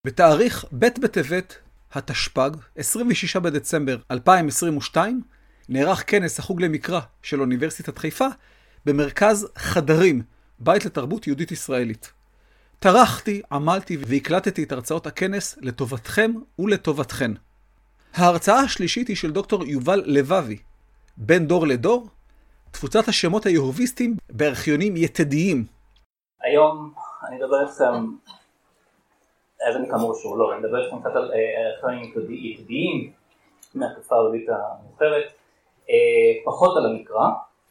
בתאריך ב' בטבת התשפ"ג, 26 בדצמבר 2022, נערך כנס החוג למקרא של אוניברסיטת חיפה במרכז חדרים, בית לתרבות יהודית ישראלית. טרחתי, עמלתי והקלטתי את הרצאות הכנס לטובתכם ולטובתכן. ההרצאה השלישית היא של דוקטור יובל לבבי, בין דור לדור, תפוצת השמות היהוביסטים בארכיונים יתדיים. היום אני אדבר אתכם, אז אני כאמור שהוא לא, אני אדבר אתכם קצת על ארכיונים יתדיים מהתקופה הערבית המאוחרת, פחות על המקרא,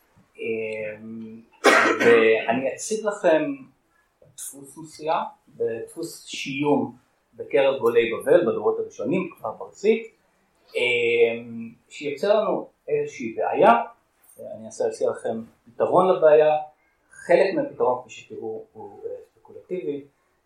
ואני אציג לכם דפוס מסוים, דפוס שיום בקרב גולי בבל בדורות הראשונים, תקופה פרסית, שיוצר לנו איזושהי בעיה. אני אנסה להציע לכם פתרון לבעיה. חלק מהפתרון, כפי שתראו, הוא ספקולטיבי,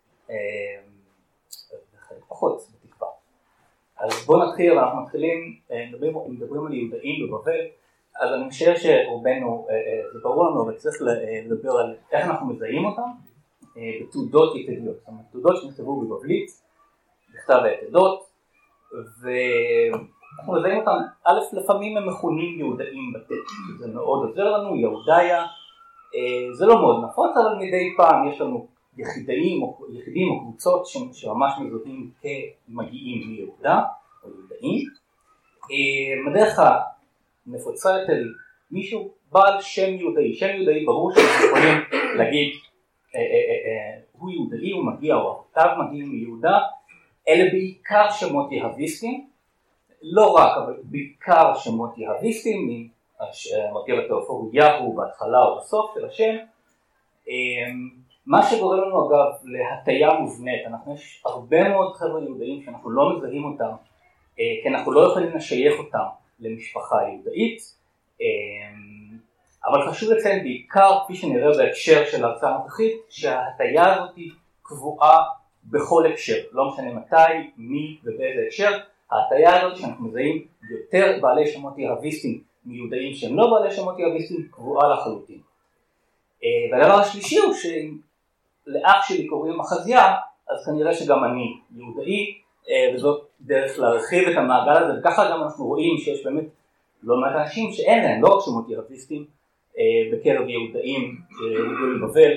וחלק פחות בתקווה. אז בואו נתחיל, אנחנו מתחילים, מדברים על יהודאים בבבל, אז אני חושב שרובנו, זה ברור לנו, אבל צריך לדבר על איך אנחנו מזהים אותם בתעודות יתדיות. זאת אומרת, תעודות שנכתבו בבבלית, בכתב היתדות, ואנחנו מזהים אותם, א', לפעמים הם מכונים יהודאים בטקסט, זה מאוד עוזר לנו, יהודיה, זה לא מאוד נפוץ, אבל מדי פעם יש לנו יחידים או קבוצות שממש מזוהים כמגיעים מיהודה או יהודאים. בדרך כלל נפוצה יותר מישהו בעל שם יהודאי. שם יהודאי ברור שאנחנו יכולים להגיד הוא יהודאי, הוא מגיע או אבותיו מגיעים מיהודה. אלה בעיקר שמות יהוויסטים, לא רק אבל בעיקר שמות יהוויסטים, המרכיב התאופור הוא יהו בהתחלה או בסוף של השם. מה שגורם לנו אגב להטיה מובנית, יש הרבה מאוד חבר'ה יהודאים שאנחנו לא מזהים אותם, כי אנחנו לא יכולים לשייך אותם למשפחה יהודאית, אבל חשוב לציין בעיקר, כפי שנראה בהקשר של ההרצאה הנוכחית, שההטיה הזאת קבועה בכל הקשר, לא משנה מתי, מי ובאיזה הקשר. ההטיה הזאת שאנחנו מזהים יותר בעלי שמות יהוויסטים מיהודאים שהם לא בעלי שמות יהוויסטים קבועה לחלוטין. והדבר השלישי הוא שלאח שלי קוראים אחזיה, אז כנראה שגם אני יהודאי, וזאת דרך להרחיב את המעגל הזה, וככה גם אנחנו רואים שיש באמת לא מעט אנשים שאין להם לא רק שמות יהוויסטים בקרב יהודאים שהגיעו לבבל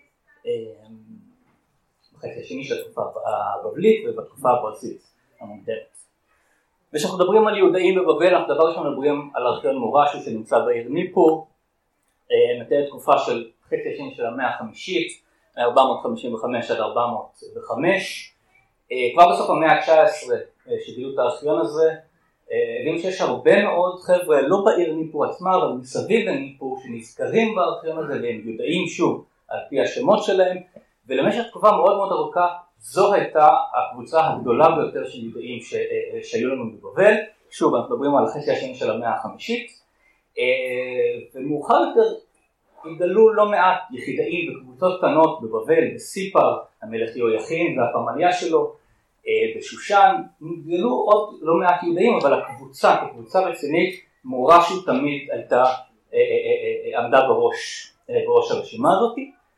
בחצי השני של התקופה הבבלית ובתקופה הפרסית המוקדמת. וכשאנחנו מדברים על יהודאים בבבל, אנחנו דבר ראשון מדברים על ארכיון מורשי שנמצא בעיר ניפור, מתאר תקופה של חצי השני של המאה החמישית, מ-455 עד 405. כבר בסוף המאה ה-19 שגילו את הארכיון הזה, הבינו שיש הרבה מאוד חבר'ה, לא בעיר ניפור עצמה, אבל מסביב לניפור, שנזכרים בארכיון הזה, והם יהודאים שוב על פי השמות שלהם, ולמשך תקופה מאוד מאוד ארוכה, זו הייתה הקבוצה הגדולה ביותר של יהודאים שהיו לנו בבבל. שוב, אנחנו מדברים על חצי השני של המאה החמישית, ומאוחר יותר התגלו לא מעט יחידאים בקבוצות קטנות בבבל, בסיפר, המלך יהויכין והפמליה שלו, בשושן, התגלו עוד לא מעט יהודאים, אבל הקבוצה, כקבוצה רצינית, מורשו תמיד עמדה בראש הרשימה הזאת.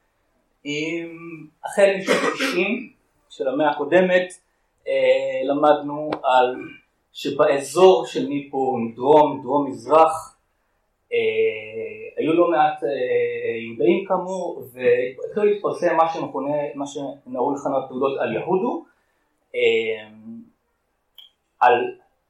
החל משנות ה-90 של המאה הקודמת למדנו על שבאזור של ניפור, דרום מזרח, היו לא מעט יהודאים כאמור, והתחילו להתפרסם מה שנראו לכנות תעודות על יהודו, על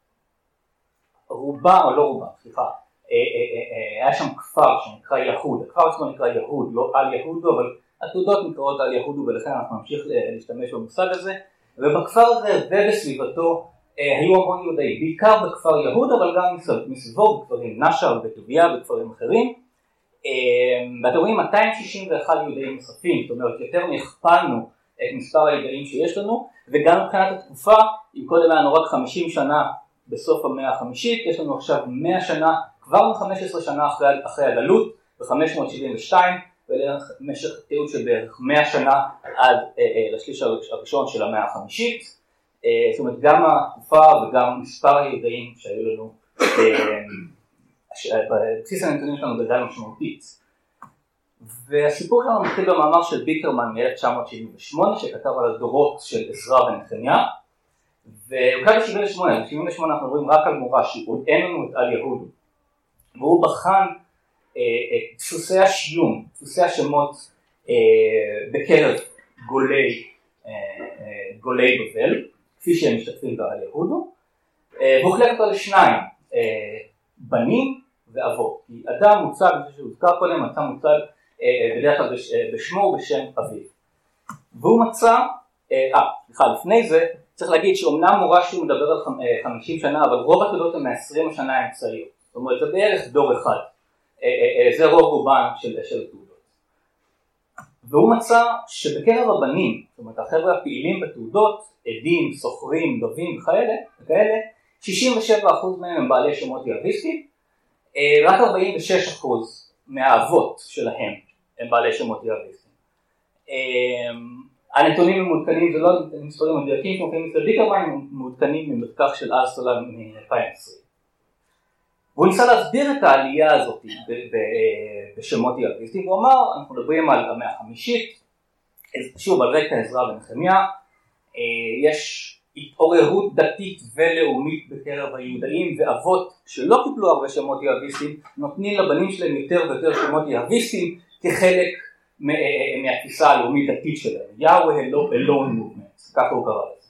רובה או לא רובה, סליחה, היה שם כפר שנקרא יהוד, הכפר עצמו נקרא יהוד, לא על יהודו, אבל התעודות נקראות על יהודו, ולכן אנחנו נמשיך להשתמש במושג הזה. ובכפר הזה ובסביבתו היו המון יהודאים, בעיקר בכפר יהוד, אבל גם מסביבו בכפרים נשר וטוביה וכפרים אחרים. ואתם רואים 261 יהודאים נוספים, זאת אומרת יותר מהכפלנו את מספר היהודאים שיש לנו, וגם מבחינת התקופה, אם קודם היה לנו רק 50 שנה בסוף המאה החמישית, יש לנו עכשיו 100 שנה, כבר 15 שנה אחרי הגלות, ב-572, ולמשך תיעוד של בערך 100 שנה עד לשליש הראשון של המאה החמישית. זאת אומרת, גם התקופה וגם מספר היהודאים שהיו לנו בבסיס הנתונים שלנו גדל משמעותית. והסיפור שלנו מתחיל במאמר של ביקרמן מ-1978, שכתב על הדורות של עזרא ונחמיה, והוא כתב ב-78, ב-78 אנחנו רואים רק על מורש, עוד אין לנו על יהוד, והוא בחן את דפוסי השיום, דפוסי השמות בקרב גולי בבל, כפי שהם משתתפים בעל יהודו, והוא חילק אותו לשניים, בנים ואבות. כי אדם מוצג, כפי שהוזכר קודם, אדם מוצג בדרך כלל בשמו ובשם אביו. והוא מצא, לפני זה צריך להגיד שאומנם מורש שהוא מדבר על 50 שנה, אבל רוב התעודות הם מ-20 השנה האמצעיות. זאת אומרת, זה בערך דור אחד. זה רוב רובן של התעודות. והוא מצא שבקרב הבנים, זאת אומרת, החבר'ה הפעילים בתעודות, עדים, סוחרים, דובים וכאלה, 67% מהם הם בעלי שמות יהוויסטיים, רק 46% מהאבות שלהם הם בעלי שמות יהוויסטיים. הנתונים המעודכנים, זה לא מספרים מדויקים, כמו לפעמים אצל ביקרמן, הם מעודכנים ממחקר של אלסטולר מ-2020. והוא ניסה להסביר את העלייה הזאת בשמות יהוויסטיים, הוא אמר, אנחנו מדברים על המאה החמישית, שוב על רקע עזרא ונחמיה, יש התעוררות דתית ולאומית בקרב היהודאים, ואבות שלא קיבלו הרבה שמות יהוויסטיים, נותנים לבנים שלהם יותר ויותר שמות יהוויסטיים, כחלק מהתפיסה הלאומית דתית שלהם. יהווה אלוהים מובמנט, ככה הוא קרא לזה.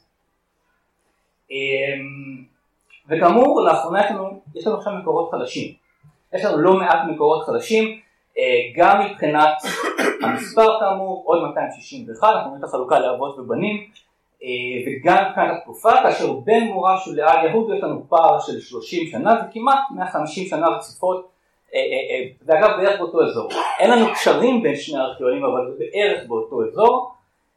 וכאמור, לאחרונה יש לנו עכשיו מקורות חדשים. יש לנו לא מעט מקורות חדשים, גם מבחינת המספר כאמור, עוד 261, אנחנו רואים את החלוקה לאבות ובנים, וגם מבחינת התקופה, כאשר בין מורש ולעל יהוד יש לנו פער של 30 שנה, זה כמעט 150 שנה רציפות, ואגב בערך באותו אזור. אין לנו קשרים בין שני הארכיונים, אבל זה בערך באותו אזור.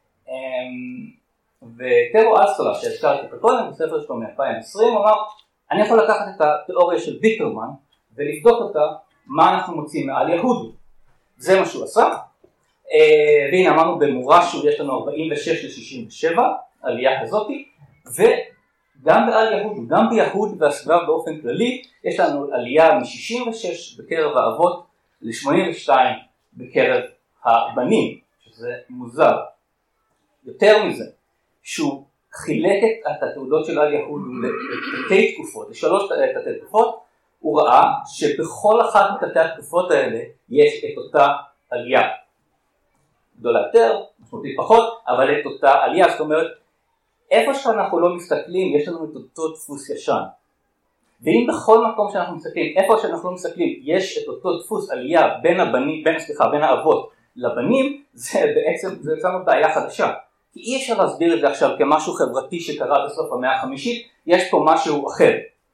וטרו אלסטולר שהזכרתי את קודם, בספר שלו מ-2020, אמר, אני יכול לקחת את התיאוריה של ביקרמן, ולבדוק אותה, מה אנחנו מוצאים מעל יהוד. זה מה שהוא עשה. והנה אמרנו במורש יש לנו 46 ל-67, עלייה כזאת, וגם בעל יהוד, גם ביהוד והסביבה באופן כללי, יש לנו עלייה מ-66 בקרב האבות ל-82 בקרב הבנים, שזה מוזר. יותר מזה, שהוא חילק את התעודות של על יהוד לתתי תקופות, לשלוש תתי תקופות, הוא ראה שבכל אחת מתתי התקופות האלה יש את אותה עלייה. גדולה יותר, משמעותית פחות, אבל את אותה עלייה, זאת אומרת, איפה שאנחנו לא מסתכלים, יש לנו את אותו דפוס ישן. ואם בכל מקום שאנחנו מסתכלים, איפה שאנחנו לא מסתכלים, יש את אותו דפוס עלייה בין האבות לבנים, זה בעצם בעיה חדשה. כי אי אפשר להסביר את זה עכשיו כמשהו חברתי שקרה בסוף המאה החמישית, יש פה משהו אחר.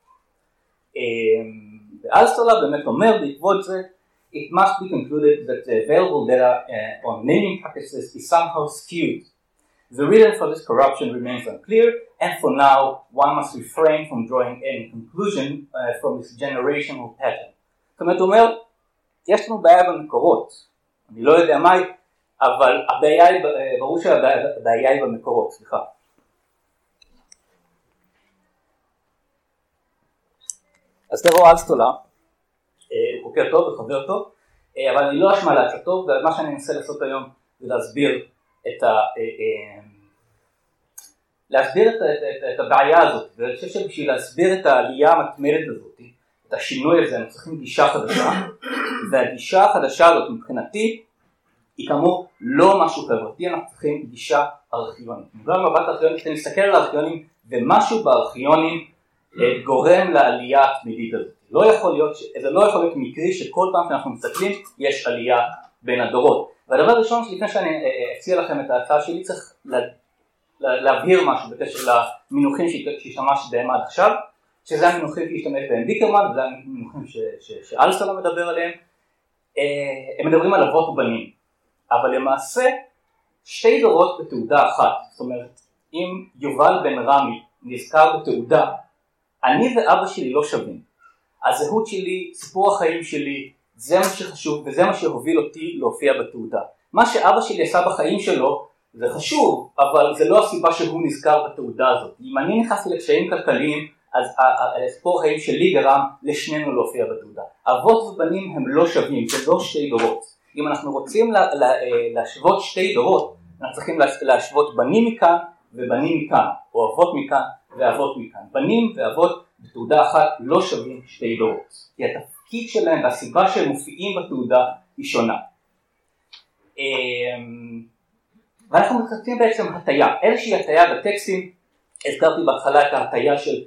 ואלסטולר באמת אומר בעקבות זה, it must be concluded that the available data on naming practices is somehow skewed. The reason for this corruption remains unclear, and for now one must refrain from drawing any conclusion from this generational pattern. זאת אומרת, הוא אומר, יש לנו בעיה במקורות, אני לא יודע מה היא, אבל הבעיה היא, ברור שהבעיה היא במקורות, סליחה. אז טרו אלסטולר, הוא חוקר טוב וחבר טוב, אבל אני לא אשמע לעצה טוב, ומה שאני אנסה לעשות היום זה להסביר את הבעיה הזאת, ואני חושב שבשביל להסביר את העלייה המתמדת הזאת, את השינוי הזה, אנחנו צריכים גישה חדשה, והגישה החדשה הזאת מבחינתי, היא כאמור לא משהו חברתי, אנחנו צריכים גישה ארכיונית. גם מבט ארכיונית, כשאני מסתכל על הארכיונים, ומשהו בארכיונים גורם לעלייה התמידית הזאת. זה לא יכול להיות מקרי שכל פעם שאנחנו מסתכלים, יש עלייה בין הדורות. והדבר הראשון, לפני שאני אציע לכם את ההצעה שלי, צריך להבהיר משהו בקשר למינוחים שהשתמשתי בהם עד עכשיו, שזה המינוחים שהשתמש בהם ביקרמן, וזה המינוחים שאלסטולר מדבר עליהם. הם מדברים על אבות ובנים, אבל למעשה שתי דורות בתעודה אחת. זאת אומרת, אם יובל בן רמי נזכר בתעודה, אני ואבא שלי לא שווים. הזהות שלי, סיפור החיים שלי, זה מה שחשוב, וזה מה שהוביל אותי להופיע בתעודה. מה שאבא שלי עשה בחיים שלו, זה חשוב, אבל זה לא הסיבה שהוא נזכר בתעודה הזאת. אם אני נכנסתי לקשיים כלכליים, אז הסיפור החיים שלי גרם לשנינו להופיע בתעודה. אבות ובנים הם לא שווים, זה לא שתי דורות. אם אנחנו רוצים להשוות שתי דורות, אנחנו צריכים להשוות בנים מכאן ובנים מכאן, או אבות מכאן ואבות מכאן. בנים ואבות בתעודה אחת לא שווים שתי דורות, כי התפקיד שלהם והסיבה שהם מופיעים בתעודה היא שונה. ואנחנו מתחתים בעצם הטיה, איזושהי הטיה בטקסטים. הזכרתי בהתחלה את ההטיה של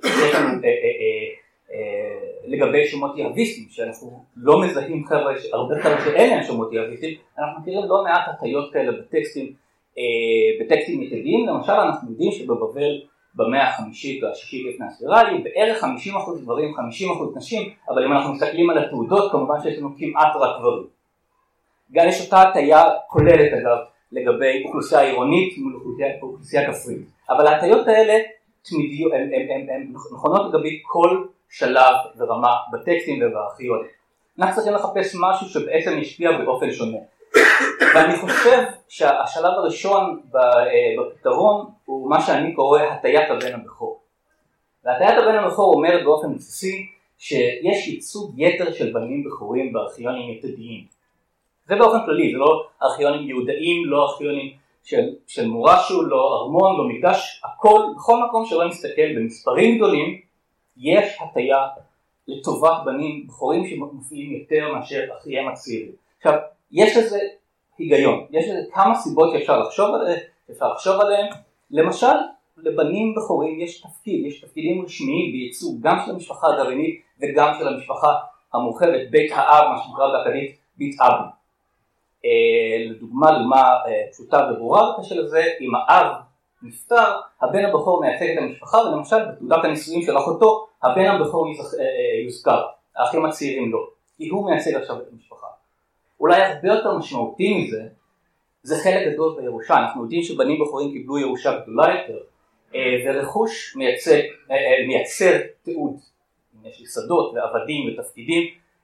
לגבי שמות יהביסטים, שאנחנו לא מזהים חבר'ה, הרבה חבר'ה שאין להם שמות יהביסטים, אנחנו מכירים לא מעט הטיות כאלה בטקסטים יתדיים. למשל אנחנו יודעים שבבבל במאה החמישית או השישית לפני הספירה היו בערך 50% גברים, 50% נשים, אבל אם אנחנו מסתכלים על התעודות כמובן שיש לנו כמעט רק גברים. גם יש אותה הטיה כוללת אגב לגבי אוכלוסייה עירונית מול אוכלוסייה כפרית, אבל ההטיות האלה הן נכונות לגבי כל שלב ורמה בטקסטים ובארכיונים. אנחנו צריכים לחפש משהו שבעצם ישפיע באופן שונה. ואני חושב שהשלב הראשון בפתרון הוא מה שאני קורא הטיית הבן הבכור. והטיית הבן הבכור אומרת באופן בסיסי שיש ייצוג יתר של בנים בכורים בארכיונים יתדיים. זה באופן כללי, זה לא ארכיונים יהודאים, לא ארכיונים של מורשו, לא ארמון, לא מקדש, הכל, בכל מקום שלא נסתכל במספרים גדולים, יש הטיה לטובת בנים בכורים שמופיעים יותר מאשר אחיהם הצעירים. עכשיו, יש לזה היגיון, יש לזה כמה סיבות שאפשר לחשוב עליהן. למשל, לבנים בכורים יש תפקיד, יש תפקידים רשמיים בייצוג גם של המשפחה הגרעינית וגם של המשפחה המורחבת, בית האב, מה שנקרא באקדית בית אב. לדוגמה פשוטה וברורה בקשר לזה, אם האב נפטר, הבן הבכור מייצג את המשפחה, ולמשל בתעודת הנישואים של אחותו, הבן הבכור יוזכר, האחים הצעירים לא, כי הוא מייצג עכשיו את המשפחה. אולי הרבה יותר משמעותי מזה, זה חלק גדול בירושה. אנחנו יודעים שבנים בכורים קיבלו ירושה גדולה יותר, ורכוש מייצר תיעוד. יש לי שדות ועבדים ותפקידים,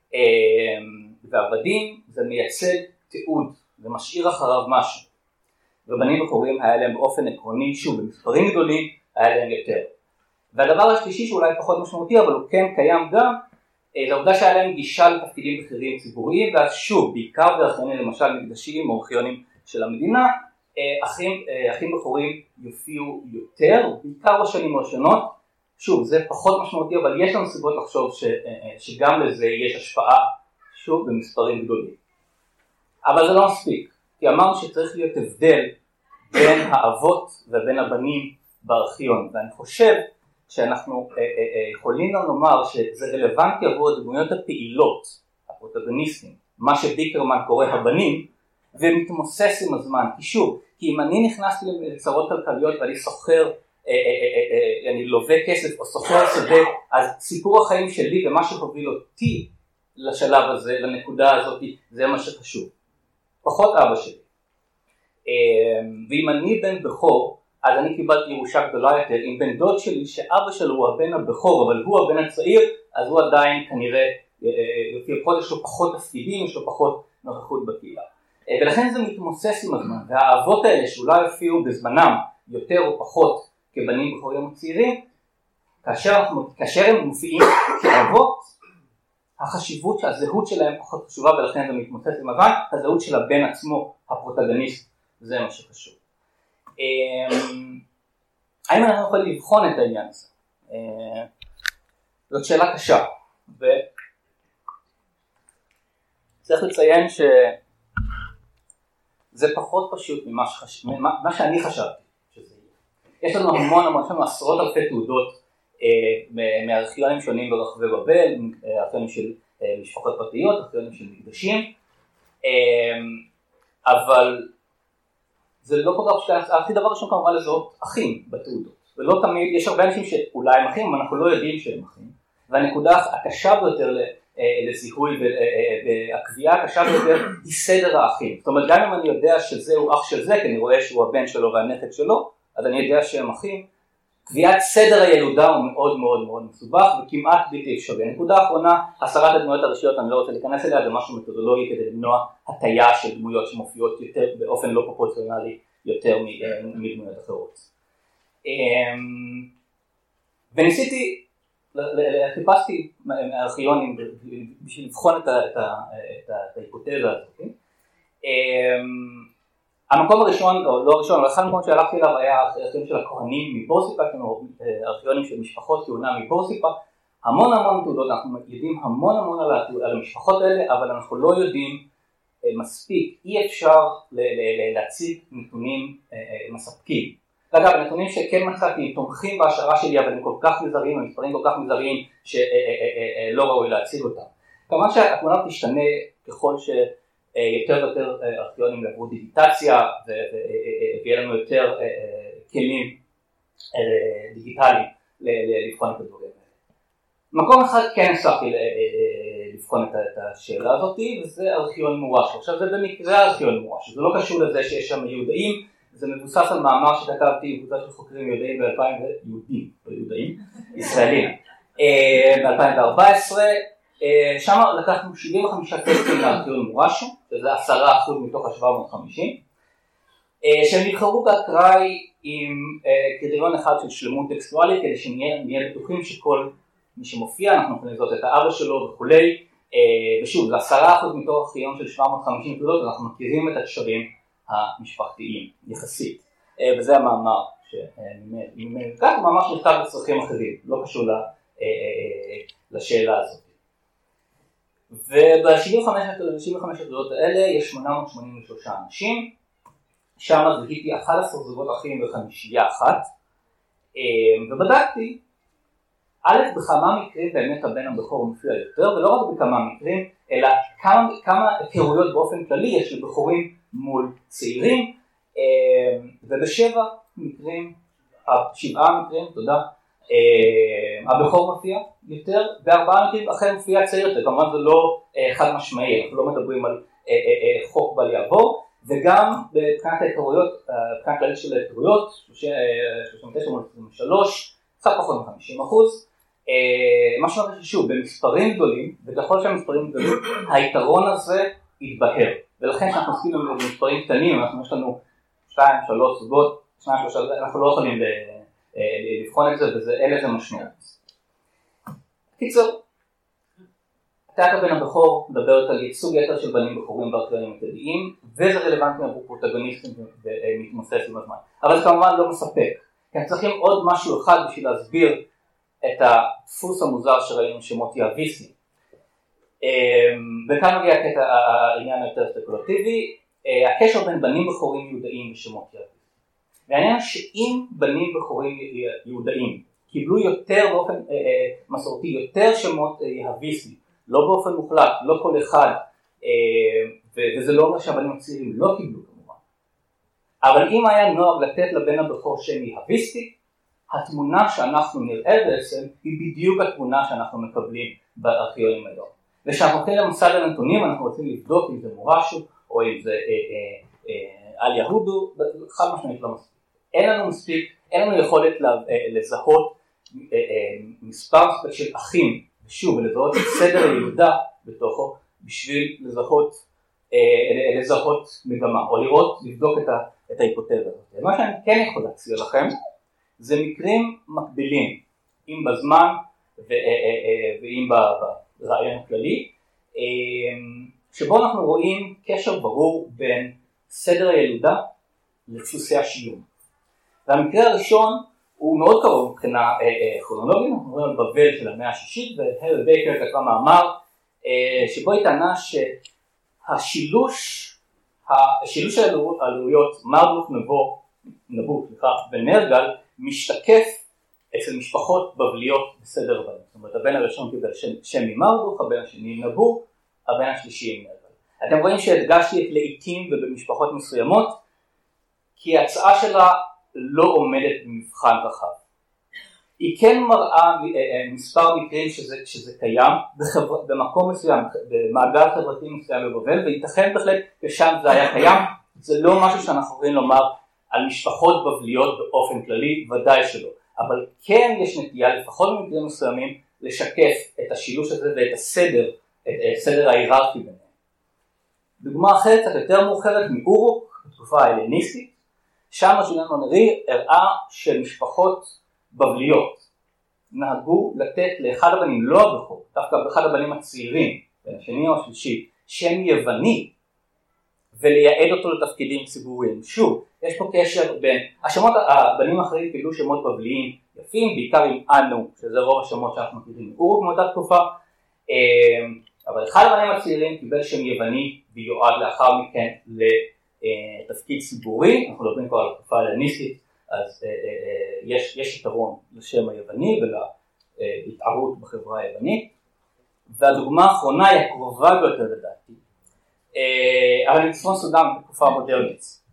ועבדים זה מייצג תיעוד ומשאיר אחריו משהו. ובנים בכורים היה להם באופן עקרוני, שוב במספרים גדולים היה להם יותר. והדבר השלישי שאולי פחות משמעותי אבל הוא כן קיים גם, זה העובדה שהיה להם גישה לתפקידים בכירים ציבוריים, ואז שוב בעיקר בארכיונים למשל מקדשים או ארכיונים של המדינה, אחים בכורים יופיעו יותר, בעיקר בשנים הראשונות. שוב זה פחות משמעותי אבל יש לנו סיבות לחשוב שגם לזה יש השפעה שוב במספרים גדולים. אבל זה לא מספיק, כי אמרנו שצריך להיות הבדל בין האבות ובין הבנים בארכיון, ואני חושב שאנחנו יכולים לומר שזה רלוונטי עבור הדמויות הפעילות, הפרוטגוניסטים, מה שביקרמן קורא הבנים, ומתמוסס עם הזמן. כי שוב, כי אם אני נכנסתי לצרות כלכליות ואני סוחר, אני לווה כסף או סוחר שדה, אז סיפור החיים שלי ומה שהוביל אותי לשלב הזה, לנקודה הזאת, זה מה שחשוב. פחות אבא שלי. ואם אני בן בכור, אז אני קיבלתי ירושה גדולה יותר. עם בן דוד שלי שאבא שלו הוא הבן הבכור, אבל הוא הבן הצעיר, אז הוא עדיין כנראה, יש לו פחות תפקידים, יש לו פחות נוכחות בקהילה. ולכן זה מתמוסס עם הזמן. והאבות האלה שאולי הופיעו בזמנם יותר או פחות כבנים בכורים או צעירים, כאשר הם מופיעים כאבות, החשיבות שהזהות שלהם פחות חשובה ולכן זה מתמוסס עם הזמן, הזהות של הבן עצמו, הפרוטגוניסט, זה מה שחשוב. האם אנחנו יכולים לבחון את העניין הזה? זאת שאלה קשה, וצריך לציין שזה פחות פשוט ממה שאני חשבתי שזה יהיה. יש לנו המון עשרות אלפי תעודות מארכיונים שונים ברחבי בבל, ארכיונים של משפחות פרטיות, ארכיונים של מקדשים, אבל זה לא כל כך פשוט. הכי דבר ראשון כמובן לזהות אחים בתעודות, ולא תמיד, יש הרבה אנשים שאולי הם אחים, אבל אנחנו לא יודעים שהם אחים, והנקודה הקשה ביותר לזיהוי והקביעה הקשה ביותר היא סדר האחים. זאת אומרת, גם אם אני יודע שזהו אח של זה, כי אני רואה שהוא הבן שלו והנכד שלו, אז אני יודע שהם אחים. קביעת סדר הילודה הוא מאוד מאוד מאוד מסובך וכמעט בלתי אפשרי. הנקודה האחרונה, הסרת הדמויות הראשיות, אני לא רוצה להיכנס אליה, זה משהו מתודולוגי כדי למנוע הטיה של דמויות שמופיעות יותר באופן לא פרופורציונלי יותר מדמויות אחרות. וניסיתי, חיפשתי מארכיונים בשביל לבחון את ההיפותזה הזאת, המקום הראשון, או לא הראשון, אבל אחד המקומות שהלכתי אליו היה הארכיון של הכהנים מבורסיפה, ארכיונים של משפחות כהונה מבורסיפה, המון תעודות, אנחנו יודעים המון על המשפחות האלה, אבל אנחנו לא יודעים מספיק, אי אפשר להציג נתונים מספקים. אגב, הנתונים שכן מצאתי תומכים בהשערה שלי, אבל הם כל כך מזעריים, המספרים כל כך מזעריים שלא ראוי להציג אותם. כמובן שהתמונה תשתנה ככל שיותר ויותר ארכיונים יעברו דיגיטציה ויהיה לנו יותר כלים דיגיטליים לבחון את הדברים האלה. מקום אחד כן הצלחתי לבחון את השאלה הזאת, וזה ארכיון מורשו. עכשיו זה במקרה ארכיון מורשו, זה לא קשור לזה שיש שם יהודאים, זה מבוסס על מאמר שכתבתי עם קבוצה של חוקרים יהודאים ישראלים ב-2014, שם לקחנו 75 טקסטים לארכיון מורשו, שזה 10% מתוך ה-750, שהם נבחרו באקראי עם קריטריון אחד של שלמות טקסטואלית, כדי שנהיה בטוחים שכל מי שמופיע, אנחנו יכולים לזהות את האבא שלו וכולי, ושוב, זה 10% מתוך ארכיון של 750 נקודות, אנחנו מכירים את הקשרים המשפחתיים יחסית, וזה המאמר כך מאמר שנכתב לצרכים אחרים, לא קשור לשאלה הזאת. וב-75 נקודות האלה יש 883 אנשים, שם זיהיתי 11 זוגות אחים וחמישייה אחת, ובדקתי א', בכמה מקרים באמת הבן הבכור מופיע יותר, ולא רק בכמה מקרים, אלא כמה היכרויות באופן כללי יש לבכורים מול צעירים, ובשבעה מקרים, הבכור מופיע יותר, בארבעה מקרים אחר מופיע צעיר יותר, כמובן זה לא חד משמעי, אנחנו לא מדברים על חוק בל יעבור, וגם מבחינת ההיכרויות, מבחינת כללית של ההיכרויות, 39-23, קצת פחות מ-50%, מה שאומר ששוב, במספרים גדולים, וככל שהמספרים גדולים, היתרון הזה יתבהר. ולכן כשאנחנו עושים במספרים קטנים, יש לנו 2-3 זוגות, 2-3, אנחנו לא יכולים לבחון את זה, ואלה זה משמעות. קיצור, תיאטר בן הבכור מדברת על ייצוג יתר של בנים בכורים בארכיונים עתידיים, וזה רלוונטי עבור פרוטגוניסטים ומתמוסס עם הזמן. אבל זה כמובן לא מספק, כי אנחנו צריכים עוד משהו אחד בשביל להסביר את הדפוס המוזר שראינו שמות יהביסטים. וכאן מגיע העניין היותר ספקולטיבי, הקשר בין בנים בכורים יהודאים ושמות יהביסטים. והעניין שאם בנים בכורים יהודאים קיבלו יותר באופן מסורתי, יותר שמות יהביסטים, לא באופן מוחלט, לא כל אחד, וזה לא אומר שהבנים הצעירים לא קיבלו כמובן. אבל אם היה נוהג לתת לבן הבכור שם יהביסטי, התמונה שאנחנו נראה בעצם היא בדיוק התמונה שאנחנו מקבלים בארכיונים היום. וכשאנחנו הולכים למסד הנתונים אנחנו רוצים לבדוק אם זה מורשו או אם זה על יהודו, חד משמעית לא מספיק. אין לנו יכולת לזהות מספר של אחים, ושוב, ולזהות את סדר הילודה בתוכו בשביל לזהות מגמה, או לבדוק את ההיפותזה. מה שאני כן יכול להציע לכם, זה מקרים מקבילים, אם בזמן ואם ברעיון הכללי, שבו אנחנו רואים קשר ברור בין סדר הילודה לדפוסי השילום. והמקרה הראשון הוא מאוד קרוב מבחינה כרונולוגית, אנחנו רואים בבל של המאה השישית, והרל בייקר כתבה מאמר שבו היא טענה שהשילוש של העלויות מרדוך נבו ונרגל משתקף אצל משפחות בבליות בסדר הבאים. זאת אומרת, הבן הראשון קיבל שם ממרדוך, הבן השני נבו, הבן השלישי עם נרגל. אתם רואים שהדגשתי את לעיתים ובמשפחות מסוימות, כי ההצעה שלה לא עומדת במבחן רחב. היא כן מראה מספר מקרים שזה קיים במקום מסוים, במעגל חברתי מסוים בבבל, וייתכן בהחלט ששם זה היה קיים. זה לא משהו שאנחנו יכולים לומר על משפחות בבליות באופן כללי, ודאי שלא. אבל כן יש נטייה, לפחות במקרים מסוימים, לשקף את השילוש הזה ואת הסדר ההיררכי ביניהם. דוגמה אחרת, קצת יותר מאוחרת, מאורוק, בתקופה ההלניסטית, שם ז'וליאן מונרי הראה שמשפחות בבליות נהגו לתת לאחד הבנים, לא הבכור, דווקא באחד הבנים הצעירים, השני או השלישי, שם יווני, ולייעד אותו לתפקידים ציבוריים. שוב, יש פה קשר בין, השמות, הבנים האחרים קיבלו שמות בבליים יפים, בעיקר עם אנו, שזה רוב השמות שאנחנו מכירים, אורוק מאותה תקופה, אבל אחד הבנים הצעירים קיבל שם יווני ויועד לאחר מכן לתפקיד ציבורי. אנחנו מדברים כבר על התקופה ההלניסטית, אז יש יתרון לשם היווני ולהתערות בחברה היוונית. והדוגמה האחרונה היא הקרובה ביותר לדעתי, אבל מצפון סודן בתקופה המודרנית.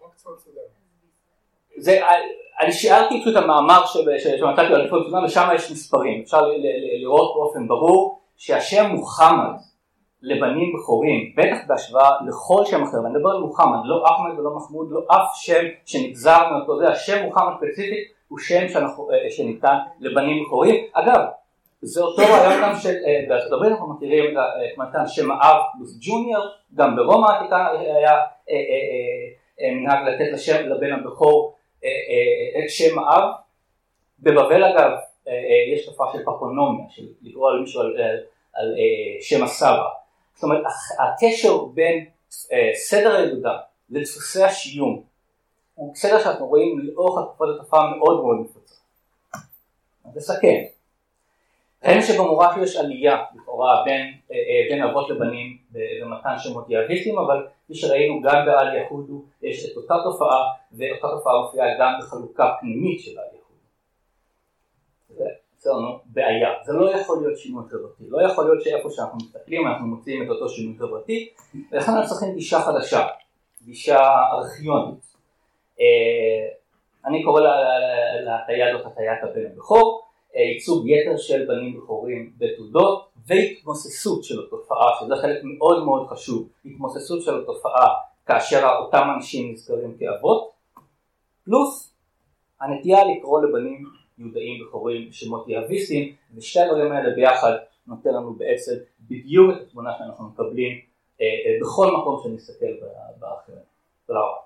אני שיערתי פשוט המאמר שנתתי על צפון סודן, ושם יש מספרים. אפשר לראות באופן ברור שהשם מוחמד לבנים בכורים, בטח בהשוואה לכל שם אחר, ואני מדבר על מוחמד, לא אחמד ולא מחמוד, לא אף שם שנגזר מאותו זה, השם מוחמד ספציפית הוא שם שניתן לבנים בכורים. אגב, זה אותו רעיון גם בארצות הברית, אנחנו מכירים את מתן שם האב פלוס ג'וניור, גם ברומא העתיקה היה מנהג לתת לבן הבכור את שם האב. בבבל אגב יש תופעה של פפונומיה, של לקרוא על מישהו על שם הסבא. זאת אומרת, הקשר בין סדר הילודה לדפוסי השיום הוא סדר שאנחנו רואים לאורך התקופת התופעה מאוד מאוד נפוצה. אז לסכם, ראינו שבמורשת יש עלייה לכאורה בין אבות לבנים במתן שמות יהוויסטים, אבל כפי שראינו גם בעל יהודו יש את אותה תופעה, ואותה תופעה מופיעה גם בחלוקה פנימית של העל יהודו. זה יוצר לנו בעיה, זה לא יכול להיות שינוי חברתי, לא יכול להיות שאיפה שאנחנו מסתכלים אנחנו מוצאים את אותו שינוי חברתי, ולכן אנחנו צריכים גישה חדשה, גישה ארכיונית. אני קורא להטייה הזאת הטיית הבן הבכור, ייצוג יתר של בנים בכורים בתעודות, והתמוססות של התופעה, שזה חלק מאוד מאוד חשוב, התמוססות של התופעה כאשר אותם אנשים נזכרים כאבות, פלוס הנטייה לקרוא לבנים יהודאים בכורים בשמות יהוויסטים, ושתי הדברים האלה ביחד נותן לנו בעצם בדיוק את התמונה שאנחנו מקבלים בכל מקום שנסתכל באחרים. תודה רבה.